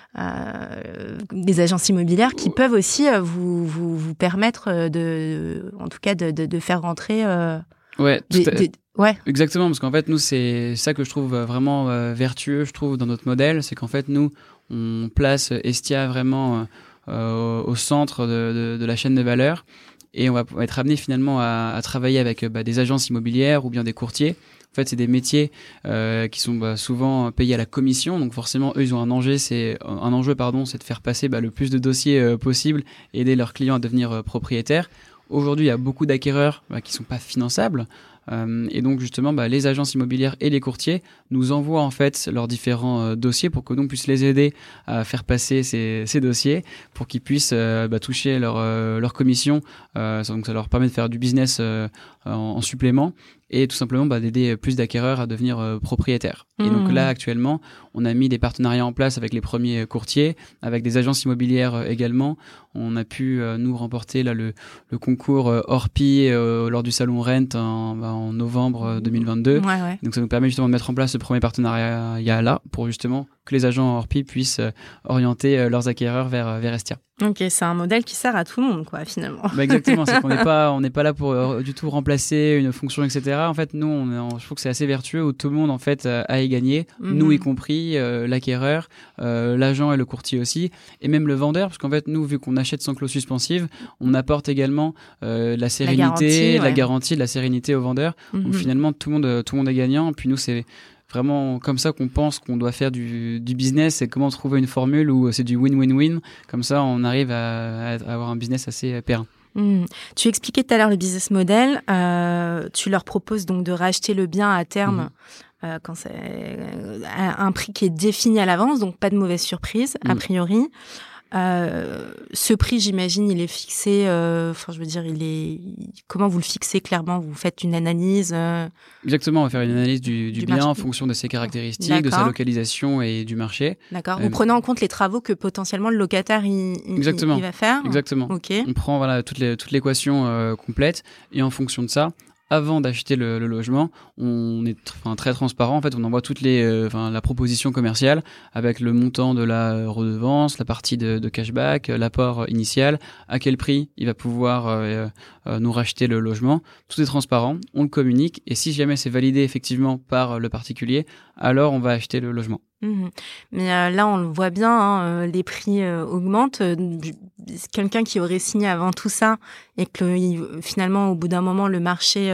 des agences immobilières qui peuvent aussi vous permettre en tout cas de faire rentrer. Ouais, ouais, exactement, parce qu'en fait nous c'est ça que je trouve vraiment vertueux, je trouve, dans notre modèle, c'est qu'en fait nous on place Estia vraiment au centre de la chaîne de valeur, et on va être amené finalement à travailler avec des agences immobilières ou bien des courtiers. En fait, c'est des métiers qui sont souvent payés à la commission, donc forcément eux ils ont un enjeu, c'est de faire passer le plus de dossiers possible et aider leurs clients à devenir propriétaires. Aujourd'hui, il y a beaucoup d'acquéreurs qui sont pas finançables. Et donc justement, les agences immobilières et les courtiers nous envoient en fait leurs différents dossiers pour que nous puissions les aider à faire passer ces dossiers, pour qu'ils puissent toucher leur commission. Donc ça leur permet de faire du business en supplément, et tout simplement d'aider plus d'acquéreurs à devenir propriétaires. Et donc là, actuellement, on a mis des partenariats en place avec les premiers courtiers, avec des agences immobilières également. On a pu nous remporter là le concours Orpi lors du salon Rent en novembre 2022. Ouais. Donc ça nous permet justement de mettre en place ce premier partenariat là, pour justement que les agents Orpi puissent orienter leurs acquéreurs vers Estia. Ok, c'est un modèle qui sert à tout le monde, quoi, finalement. Exactement, c'est qu'on n'est pas là pour du tout remplacer une fonction, etc. En fait, nous, je trouve que c'est assez vertueux, où tout le monde en fait a à y gagner, nous y compris, l'acquéreur, l'agent et le courtier aussi, et même le vendeur, parce qu'en fait, nous, vu qu'on achète sans clause suspensive, on apporte également la sérénité, la garantie de la sérénité au vendeur. Donc finalement, tout le monde est gagnant. Puis nous, c'est vraiment comme ça qu'on pense qu'on doit faire du business, c'est comment trouver une formule où c'est du win-win-win. Comme ça, on arrive à avoir un business assez pérenne. Tu expliquais tout à l'heure le business model. Tu leur proposes donc de racheter le bien à terme quand c'est à un prix qui est défini à l'avance, donc pas de mauvaise surprise, a priori. Ce prix, j'imagine, il est fixé. Comment vous le fixez clairement? Vous faites une analyse Exactement, on va faire une analyse du bien en fonction de ses caractéristiques, de sa localisation et du marché. D'accord. Vous prenez en compte les travaux que potentiellement le locataire il va faire. Exactement. Ok. On prend toute l'équation complète, et en fonction de ça, avant d'acheter le logement, on est très transparent. En fait, on envoie la proposition commerciale avec le montant de la redevance, la partie de cashback, l'apport initial, à quel prix il va pouvoir nous racheter le logement. Tout est transparent, on le communique, et si jamais c'est validé effectivement par le particulier, alors on va acheter le logement. Mais là, on le voit bien, les prix augmentent. Quelqu'un qui aurait signé avant tout ça, et que finalement, au bout d'un moment, le marché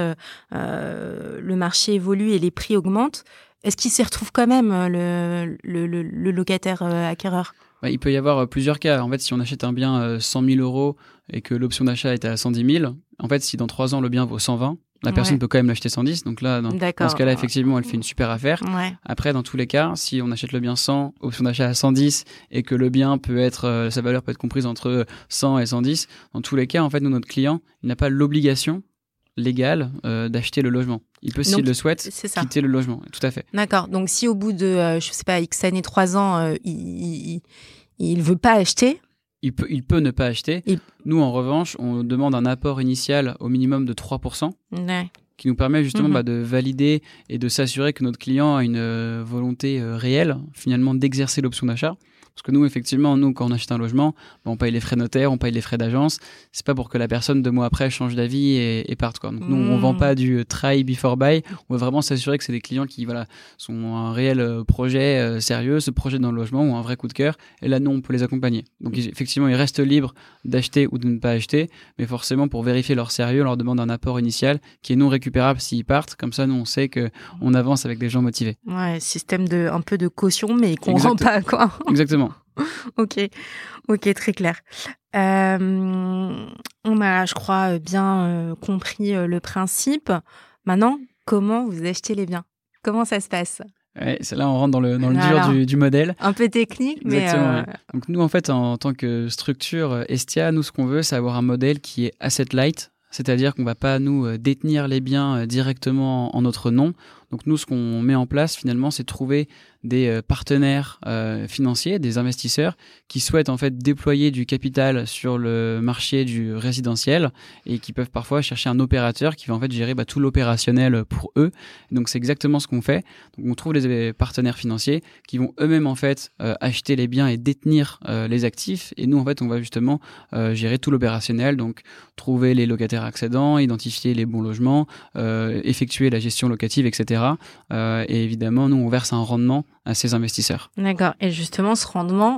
évolue et les prix augmentent, est-ce qu'il s'y retrouve quand même, le locataire acquéreur? Il peut y avoir plusieurs cas. En fait, si on achète un bien 100 000 euros et que l'option d'achat est à 110 000, en fait, si dans 3 ans le bien vaut 120, la personne peut quand même l'acheter 110. Donc là, dans ce cas-là, effectivement, elle fait une super affaire. Ouais. Après, dans tous les cas, si on achète le bien 100, option d'achat à 110, et que le bien sa valeur peut être comprise entre 100 et 110, dans tous les cas, en fait, nous, notre client, il n'a pas l'obligation légale d'acheter le logement. Il peut, s'il le souhaite, quitter le logement. Tout à fait. D'accord. Donc, si au bout de, X années, 3 ans, il veut pas acheter, il peut ne pas acheter. Nous, en revanche, on demande un apport initial au minimum de 3%, qui nous permet justement de valider et de s'assurer que notre client a une volonté réelle, finalement, d'exercer l'option d'achat. Parce que nous, effectivement, quand on achète un logement, on paye les frais notaires, on paye les frais d'agence. C'est pas pour que la personne, 2 mois après, change d'avis et parte, quoi. Donc nous, on vend pas du try before buy. On veut vraiment s'assurer que c'est des clients qui sont un réel projet sérieux, se projettent dans le logement, ou un vrai coup de cœur. Et là, nous, on peut les accompagner. Donc effectivement, ils restent libres d'acheter ou de ne pas acheter. Mais forcément, pour vérifier leur sérieux, on leur demande un apport initial qui est non récupérable s'ils partent. Comme ça, nous, on sait qu'on avance avec des gens motivés. Ouais, système un peu de caution, mais qu'on rend pas, quoi. Exactement. Ok, très clair. On a, je crois, bien compris le principe. Maintenant, comment vous achetez les biens? Comment ça se passe? Ouais, c'est là on rentre dans le dur du modèle. Un peu technique, exactement, mais... Ouais. Donc nous, en fait, en tant que structure Estia, nous, ce qu'on veut, c'est avoir un modèle qui est asset light. C'est-à-dire qu'on va pas, nous, détenir les biens directement en notre nom. Donc nous, ce qu'on met en place finalement, c'est de trouver des partenaires financiers, des investisseurs qui souhaitent en fait déployer du capital sur le marché du résidentiel et qui peuvent parfois chercher un opérateur qui va en fait gérer tout l'opérationnel pour eux. Donc c'est exactement ce qu'on fait. Donc on trouve des partenaires financiers qui vont eux-mêmes en fait acheter les biens et détenir les actifs, et nous en fait on va justement gérer tout l'opérationnel, donc trouver les locataires accédants, identifier les bons logements, effectuer la gestion locative, etc. Et évidemment nous on verse un rendement à ces investisseurs. D'accord. Et justement, ce rendement,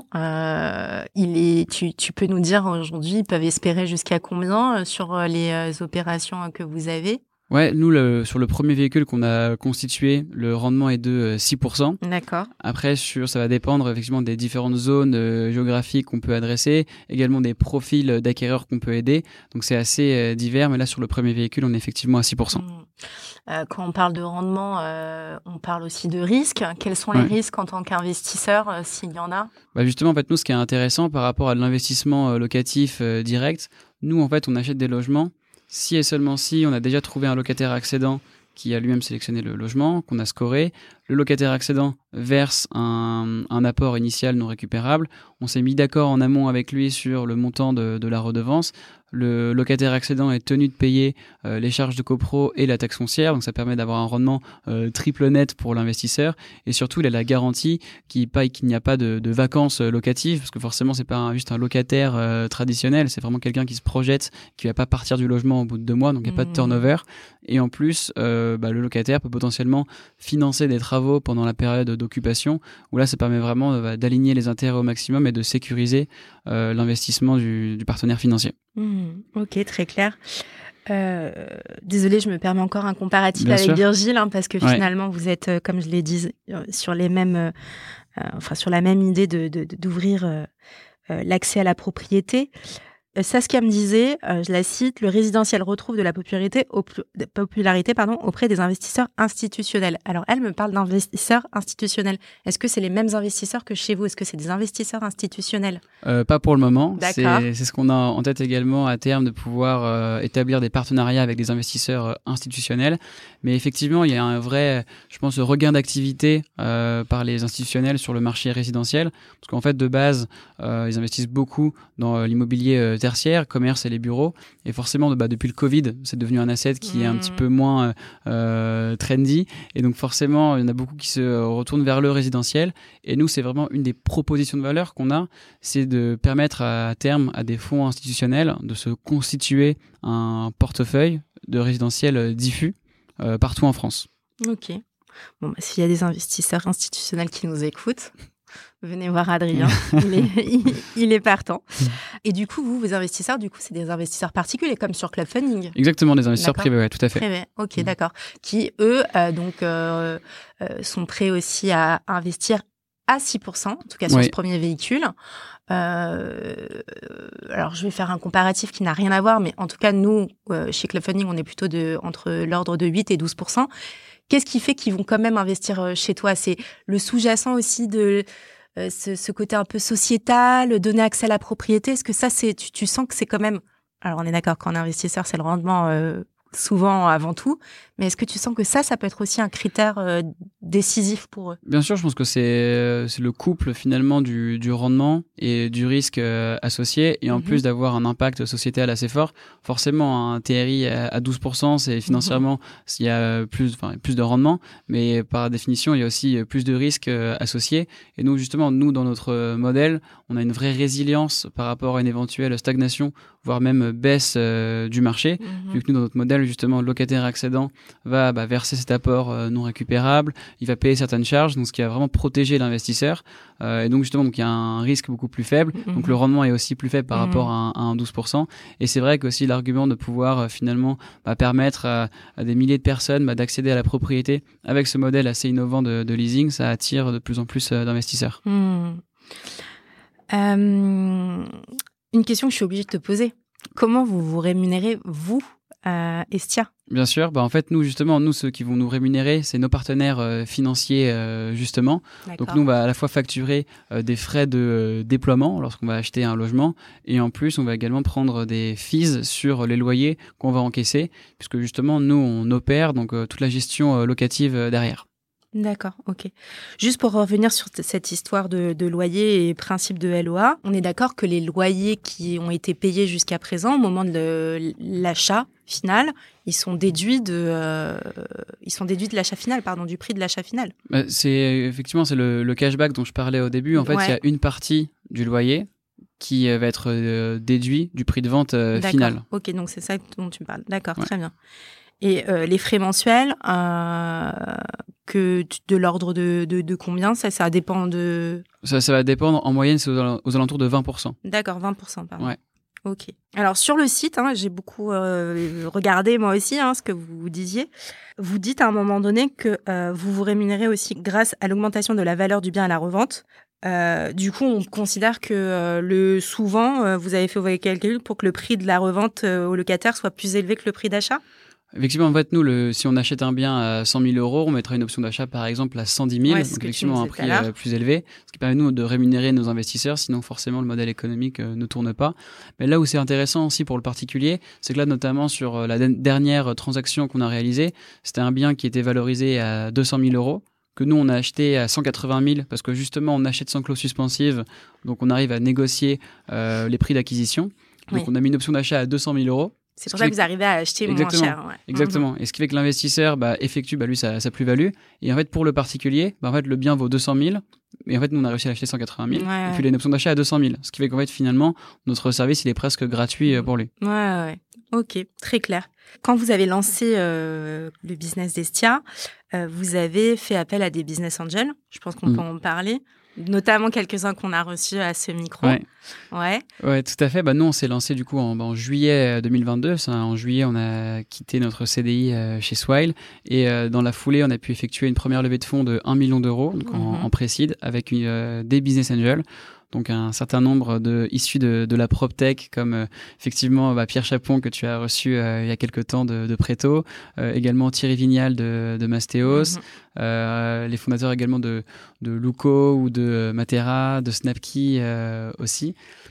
tu peux nous dire aujourd'hui, ils peuvent espérer jusqu'à combien sur les opérations que vous avez ? Ouais, nous, sur le premier véhicule qu'on a constitué, le rendement est de 6%. D'accord. Après, ça va dépendre effectivement des différentes zones géographiques qu'on peut adresser, également des profils d'acquéreurs qu'on peut aider. Donc, c'est assez divers, mais là, sur le premier véhicule, on est effectivement à 6%. Quand on parle de rendement, on parle aussi de risques. Quels sont les risques en tant qu'investisseur, s'il y en a ? Justement, en fait, nous, ce qui est intéressant par rapport à l'investissement locatif direct, nous, en fait, on achète des logements si et seulement si on a déjà trouvé un locataire accédant qui a lui-même sélectionné le logement, qu'on a scoré. Le locataire accédant verse un apport initial non récupérable. On s'est mis d'accord en amont avec lui sur le montant de la redevance. Le locataire accédant est tenu de payer les charges de copro et la taxe foncière, donc ça permet d'avoir un rendement triple net pour l'investisseur. Et surtout, il a la garantie qu'il n'y a pas de vacances locatives, parce que forcément, c'est pas juste un locataire traditionnel, c'est vraiment quelqu'un qui se projette, qui va pas partir du logement au bout de 2 mois, donc il n'y a pas de turnover. Et en plus, le locataire peut potentiellement financer des travaux pendant la période d'occupation, où là, ça permet vraiment d'aligner les intérêts au maximum et de sécuriser l'investissement du partenaire financier. Ok, très clair. Désolée, je me permets encore un comparatif Bien avec sûr. Virgile, parce que finalement, vous êtes, comme je l'ai dit, sur les mêmes, sur la même idée d'ouvrir l'accès à la propriété. Saskia me disait, je la cite, le résidentiel retrouve de la popularité auprès des investisseurs institutionnels. Alors, elle me parle d'investisseurs institutionnels. Est-ce que c'est les mêmes investisseurs que chez vous ? Est-ce que c'est des investisseurs institutionnels ? Pas pour le moment. D'accord. C'est ce qu'on a en tête également à terme, de pouvoir établir des partenariats avec des investisseurs institutionnels. Mais effectivement, il y a un vrai, je pense, regain d'activité par les institutionnels sur le marché résidentiel. Parce qu'en fait, de base, ils investissent beaucoup dans l'immobilier tertiaire, commerce et les bureaux. Et forcément, depuis le Covid, c'est devenu un asset qui est un petit peu moins trendy. Et donc forcément, il y en a beaucoup qui se retournent vers le résidentiel. Et nous, c'est vraiment une des propositions de valeur qu'on a, c'est de permettre à terme à des fonds institutionnels de se constituer un portefeuille de résidentiel diffus partout en France. Ok. Bon, s'il y a des investisseurs institutionnels qui nous écoutent, venez voir Adrien, il est partant. Et du coup, vos investisseurs, c'est des investisseurs particuliers, comme sur Club Funding. Exactement, des investisseurs privés, ouais, tout à fait. Privés, ok, d'accord. Qui, eux, sont prêts aussi à investir à 6%, en tout cas sur ce premier véhicule. Alors, je vais faire un comparatif qui n'a rien à voir, mais en tout cas, nous, chez Club Funding, on est plutôt entre l'ordre de 8 et 12%. Qu'est-ce qui fait qu'ils vont quand même investir chez toi ? C'est le sous-jacent aussi de ce côté un peu sociétal, donner accès à la propriété. Est-ce que ça, tu sens que c'est quand même... Alors, on est d'accord, quand on est investisseur, c'est le rendement souvent avant tout. Mais est-ce que tu sens que ça peut être aussi un critère décisif pour eux ? Bien sûr, je pense que c'est le couple finalement du rendement et du risque associé, et en plus d'avoir un impact sociétal assez fort. Forcément, un TRI à 12%, c'est financièrement, il y a plus de rendement, mais par définition, il y a aussi plus de risques associés. Et nous, justement, dans notre modèle, on a une vraie résilience par rapport à une éventuelle stagnation, voire même baisse du marché, vu que nous, dans notre modèle, justement, le locataire accédant va verser cet apport non récupérable, il va payer certaines charges, donc ce qui va vraiment protéger l'investisseur. Et donc justement, il y a un risque beaucoup plus faible, donc le rendement est aussi plus faible par rapport à un 12%. Et c'est vrai qu'aussi l'argument de pouvoir finalement permettre à des milliers de personnes d'accéder à la propriété avec ce modèle assez innovant de leasing, ça attire de plus en plus d'investisseurs. Une question que je suis obligée de te poser. Comment vous vous rémunérez, vous, Estia ? Bien sûr, en fait nous justement, ceux qui vont nous rémunérer, c'est nos partenaires financiers justement. D'accord. Donc nous on va à la fois facturer des frais de déploiement lorsqu'on va acheter un logement, et en plus on va également prendre des fees sur les loyers qu'on va encaisser, puisque justement nous on opère donc toute la gestion locative derrière. D'accord, ok. Juste pour revenir sur cette histoire de loyer et principe de LOA, on est d'accord que les loyers qui ont été payés jusqu'à présent, au moment de l'achat final, ils sont déduits de l'achat final, du prix de l'achat final. C'est le cashback dont je parlais au début. En fait, il y a une partie du loyer qui va être déduit du prix de vente final. Ok, donc c'est ça dont tu parles. D'accord, très bien. Et les frais mensuels, de l'ordre de combien ça dépend de... Ça va dépendre, en moyenne, c'est aux alentours de 20%. D'accord, 20%, pardon. Ouais. Ok. Alors, sur le site, j'ai beaucoup regardé moi aussi ce que vous disiez. Vous dites à un moment donné que vous vous rémunérez aussi grâce à l'augmentation de la valeur du bien à la revente. Du coup, on considère que souvent, vous avez fait vos calculs pour que le prix de la revente au locataire soit plus élevé que le prix d'achat. Effectivement, en fait, nous, si on achète un bien à 100 000 €, on mettra une option d'achat, par exemple, à 110 000, donc effectivement un prix plus élevé, ce qui permet, nous, de rémunérer nos investisseurs, sinon forcément le modèle économique ne tourne pas. Mais là où c'est intéressant aussi pour le particulier, c'est que là, notamment sur la dernière transaction qu'on a réalisée, c'était un bien qui était valorisé à 200 000 €, que nous, on a acheté à 180 000, parce que justement, on achète sans clause suspensive, donc on arrive à négocier les prix d'acquisition. Donc on a mis une option d'achat à 200 000 €. C'est pour ça que vous arrivez à acheter moins cher. Ouais. Exactement. Et ce qui fait que l'investisseur effectue lui sa plus-value. Et en fait, pour le particulier, en fait, le bien vaut 200 000. Et en fait, nous, on a réussi à l'acheter 180 000. Et puis, il a une option d'achat à 200 000. Ce qui fait qu'en fait, finalement, notre service, il est presque gratuit pour lui. Ouais. Ok, très clair. Quand vous avez lancé le business d'Estia, vous avez fait appel à des business angels. Je pense qu'on peut en parler. Notamment quelques-uns qu'on a reçus à ce micro. Ouais, tout à fait. Nous, on s'est lancé du coup en juillet 2022. En juillet, on a quitté notre CDI chez Swile. Et dans la foulée, on a pu effectuer une première levée de fonds de 1 million d'euros donc en pré-seed avec des business angels. Donc un certain nombre issus de la PropTech, comme effectivement Pierre Chapon que tu as reçu il y a quelques temps de Preto, également Thierry Vignal de Mastéos, les fondateurs également de Luco ou de Matera, de Snapkey aussi.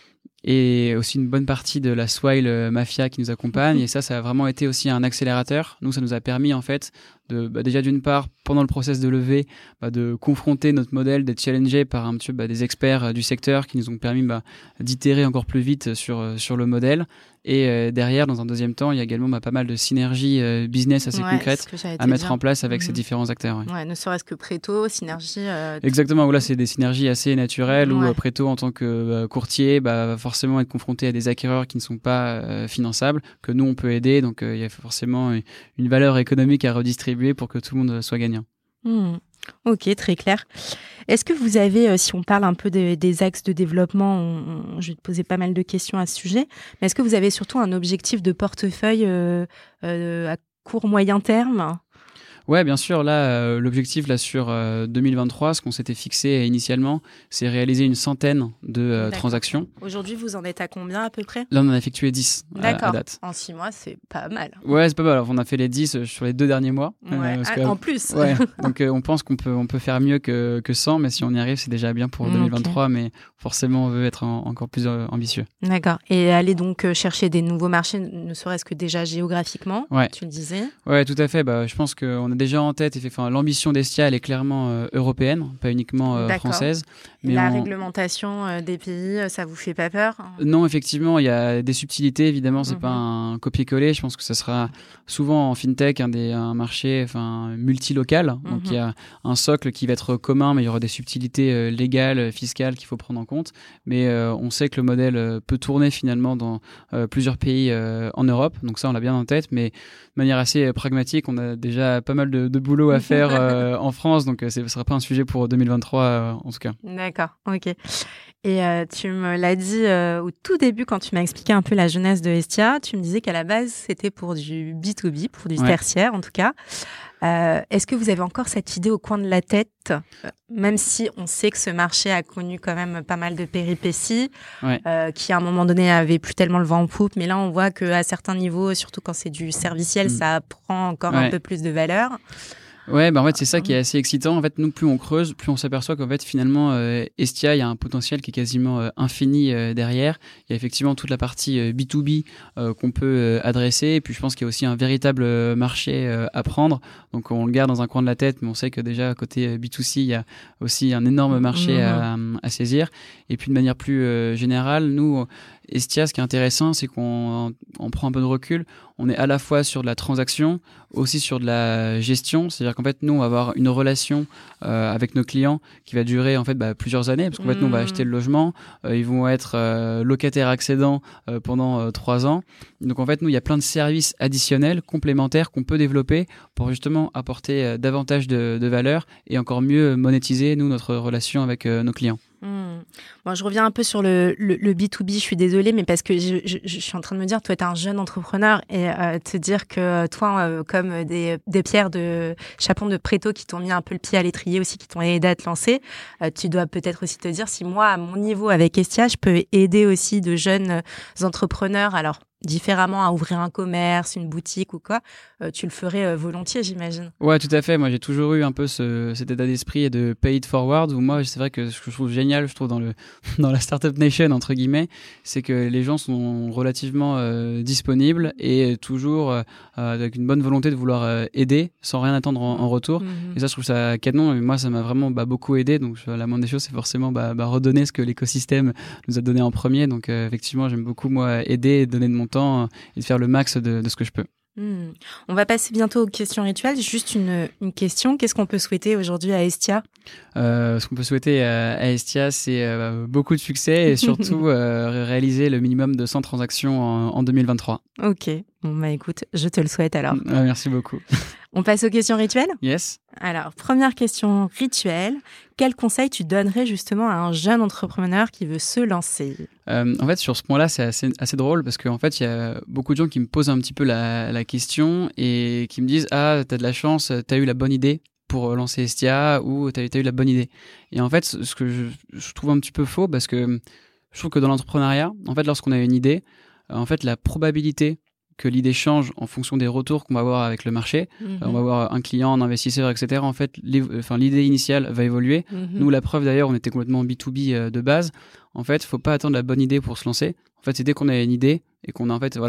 Et aussi une bonne partie de la Swile Mafia qui nous accompagne. Et ça a vraiment été aussi un accélérateur. Nous, ça nous a permis en fait déjà d'une part, pendant le process de levée, de confronter notre modèle, d'être challengé par un petit peu des experts du secteur qui nous ont permis d'itérer encore plus vite sur le modèle. Et derrière, dans un deuxième temps, il y a également pas mal de synergies business assez concrètes à mettre en place avec ces différents acteurs. Ouais, ne serait-ce que Preto, synergie... Exactement, où là, c'est des synergies assez naturelles, où Preto, en tant que courtier, va forcément être confronté à des acquéreurs qui ne sont pas finançables, que nous, on peut aider. Donc, il y a forcément une valeur économique à redistribuer pour que tout le monde soit gagnant. Ok, très clair. Est-ce que vous avez, si on parle un peu des axes de développement, je vais te poser pas mal de questions à ce sujet, mais est-ce que vous avez surtout un objectif de portefeuille à court, moyen terme ? Ouais, bien sûr. Là, l'objectif sur 2023, ce qu'on s'était fixé initialement, c'est réaliser une centaine de transactions. Aujourd'hui, vous en êtes à combien à peu près ? Là, on en a effectué 10 à date. En 6 mois, c'est pas mal. Ouais, c'est pas mal. Alors, on a fait les 10 sur les 2 derniers mois. En plus. Ouais. Donc, on pense qu'on peut faire mieux que 100, mais si on y arrive, c'est déjà bien pour 2023. Okay. Mais forcément, on veut être encore plus ambitieux. D'accord. Et aller donc chercher des nouveaux marchés, ne serait-ce que déjà géographiquement, tu le disais. Ouais, tout à fait. Je pense qu'on a déjà en tête, l'ambition d'Estia, elle est clairement européenne, pas uniquement française. Mais la réglementation des pays, ça vous fait pas peur ? Non, effectivement, il y a des subtilités. Évidemment, c'est pas un copier-coller. Je pense que ça sera souvent en fintech un marché multilocal. Donc, il y a un socle qui va être commun, mais il y aura des subtilités légales, fiscales qu'il faut prendre en compte. Mais on sait que le modèle peut tourner finalement dans plusieurs pays en Europe. Donc ça, on l'a bien en tête. Mais de manière assez pragmatique, on a déjà pas mal de boulot à faire en France, donc ce ne sera pas un sujet pour 2023 en tout cas. D'accord, ok. Et tu me l'as dit au tout début quand tu m'as expliqué un peu la jeunesse de Estia, tu me disais qu'à la base c'était pour du B2B, pour du tertiaire en tout cas. Est-ce que vous avez encore cette idée au coin de la tête, même si on sait que ce marché a connu quand même pas mal de péripéties, qui à un moment donné avait plus tellement le vent en poupe, mais là on voit qu'à certains niveaux, surtout quand c'est du serviciel, ça prend encore un peu plus de valeur. Ouais, en fait, c'est ça qui est assez excitant. En fait, nous, plus on creuse, plus on s'aperçoit qu'en fait, finalement, Estia, il y a un potentiel qui est quasiment infini derrière. Il y a effectivement toute la partie B2B qu'on peut adresser. Et puis, je pense qu'il y a aussi un véritable marché à prendre. Donc, on le garde dans un coin de la tête, mais on sait que déjà, côté B2C, il y a aussi un énorme marché à saisir. Et puis, de manière plus générale, nous, Estia, ce qui est intéressant, c'est qu'on prend un peu de recul. On est à la fois sur de la transaction, aussi sur de la gestion. C'est-à-dire qu'en fait, nous, on va avoir une relation avec nos clients qui va durer en fait plusieurs années, parce qu'en fait, nous, on va acheter le logement. Ils vont être locataires accédants pendant 3 ans. Donc, en fait, nous, il y a plein de services additionnels, complémentaires qu'on peut développer pour justement apporter davantage de valeur et encore mieux monétiser, nous, notre relation avec nos clients. Bon, je reviens un peu sur le B2B, je suis désolée, mais parce que je suis en train de me dire, toi, tu es un jeune entrepreneur et te dire que toi, comme des pierres de chapon de Préto qui t'ont mis un peu le pied à l'étrier aussi, qui t'ont aidé à te lancer, tu dois peut-être aussi te dire si moi, à mon niveau avec Estia, je peux aider aussi de jeunes entrepreneurs, alors différemment à ouvrir un commerce, une boutique ou quoi, tu le ferais volontiers, j'imagine. Ouais, tout à fait. Moi, j'ai toujours eu un peu cet état d'esprit de pay it forward, où moi, c'est vrai que ce que je trouve génial, je trouve dans la Startup Nation, entre guillemets, c'est que les gens sont relativement disponibles et toujours avec une bonne volonté de vouloir aider sans rien attendre en retour. Et ça, je trouve ça canon. Et moi, ça m'a vraiment beaucoup aidé. Donc, la moindre des choses, c'est forcément redonner ce que l'écosystème nous a donné en premier. Donc, effectivement, j'aime beaucoup, moi, aider et donner de mon temps et de faire le max de ce que je peux. On va passer bientôt aux questions rituelles. Juste une question. Qu'est-ce qu'on peut souhaiter aujourd'hui à Estia ? Ce qu'on peut souhaiter à Estia, c'est beaucoup de succès et surtout réaliser le minimum de 100 transactions en 2023. Ok. Bon, écoute, je te le souhaite alors. Merci beaucoup. On passe aux questions rituelles ? Yes. Alors, première question rituelle. Quel conseil tu donnerais justement à un jeune entrepreneur qui veut se lancer ? En fait, sur ce point-là, c'est assez drôle parce qu'en fait, il y a beaucoup de gens qui me posent un petit peu la question et qui me disent « Ah, t'as de la chance, t'as eu la bonne idée pour lancer Estia ou t'as eu la bonne idée. » Et en fait, ce que je trouve un petit peu faux parce que je trouve que dans l'entrepreneuriat, en fait, lorsqu'on a une idée, en fait, la probabilité que l'idée change en fonction des retours qu'on va avoir avec le marché. On va avoir un client, un investisseur, etc. En fait, l'idée initiale va évoluer. Nous, la preuve d'ailleurs, on était complètement B2B de base. En fait, faut pas attendre la bonne idée pour se lancer. En fait, c'est dès qu'on a une idée et qu'on a en fait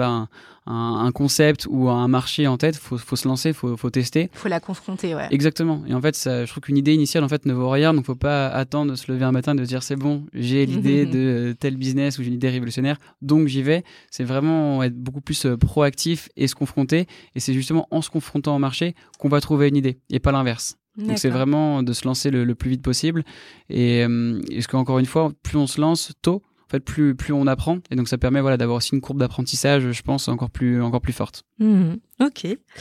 un concept ou un marché en tête, faut se lancer, faut tester. Faut la confronter, ouais. Exactement. Et en fait, je trouve qu'une idée initiale en fait ne vaut rien, donc faut pas attendre de se lever un matin et de se dire c'est bon, j'ai l'idée de tel business ou j'ai une idée révolutionnaire, donc j'y vais. C'est vraiment être beaucoup plus proactif et se confronter. Et c'est justement en se confrontant au marché qu'on va trouver une idée et pas l'inverse. D'accord. Donc c'est vraiment de se lancer le plus vite possible. Et ce qu'encore une fois, plus on se lance tôt, en fait, plus on apprend. Et donc ça permet d'avoir aussi une courbe d'apprentissage, je pense, encore plus forte. Ok.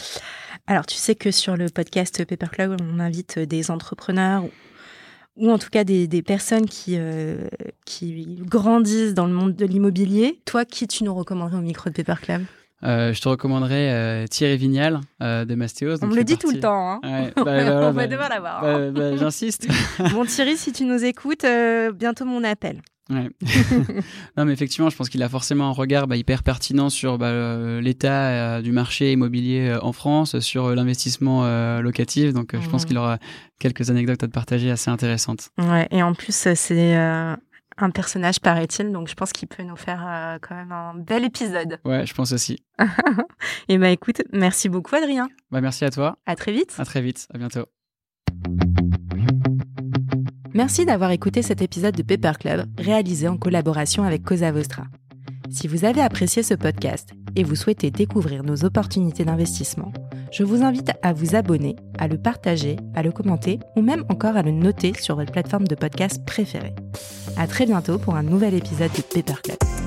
Alors tu sais que sur le podcast Paper Club, on invite des entrepreneurs ou en tout cas des personnes qui grandissent dans le monde de l'immobilier. Toi, qui tu nous recommanderais au micro de Paper Club ? Je te recommanderais Thierry Vignal de Mastéos. On me le dit tout le temps. Hein. Ouais, on va devoir l'avoir. J'insiste. Bon Thierry, si tu nous écoutes, bientôt mon appel. Ouais. Non, mais effectivement, je pense qu'il a forcément un regard hyper pertinent sur l'état du marché immobilier en France, sur l'investissement locatif. Donc, je pense qu'il aura quelques anecdotes à te partager assez intéressantes. Ouais, et en plus, c'est un personnage, paraît-il, donc je pense qu'il peut nous faire quand même un bel épisode. Ouais, je pense aussi. Et écoute, merci beaucoup Adrien. Merci à toi. À très vite. À très vite, à bientôt. Merci d'avoir écouté cet épisode de Paper Club, réalisé en collaboration avec Cosa Vostra. Si vous avez apprécié ce podcast et vous souhaitez découvrir nos opportunités d'investissement, je vous invite à vous abonner, à le partager, à le commenter ou même encore à le noter sur votre plateforme de podcast préférée. À très bientôt pour un nouvel épisode de Paper Club.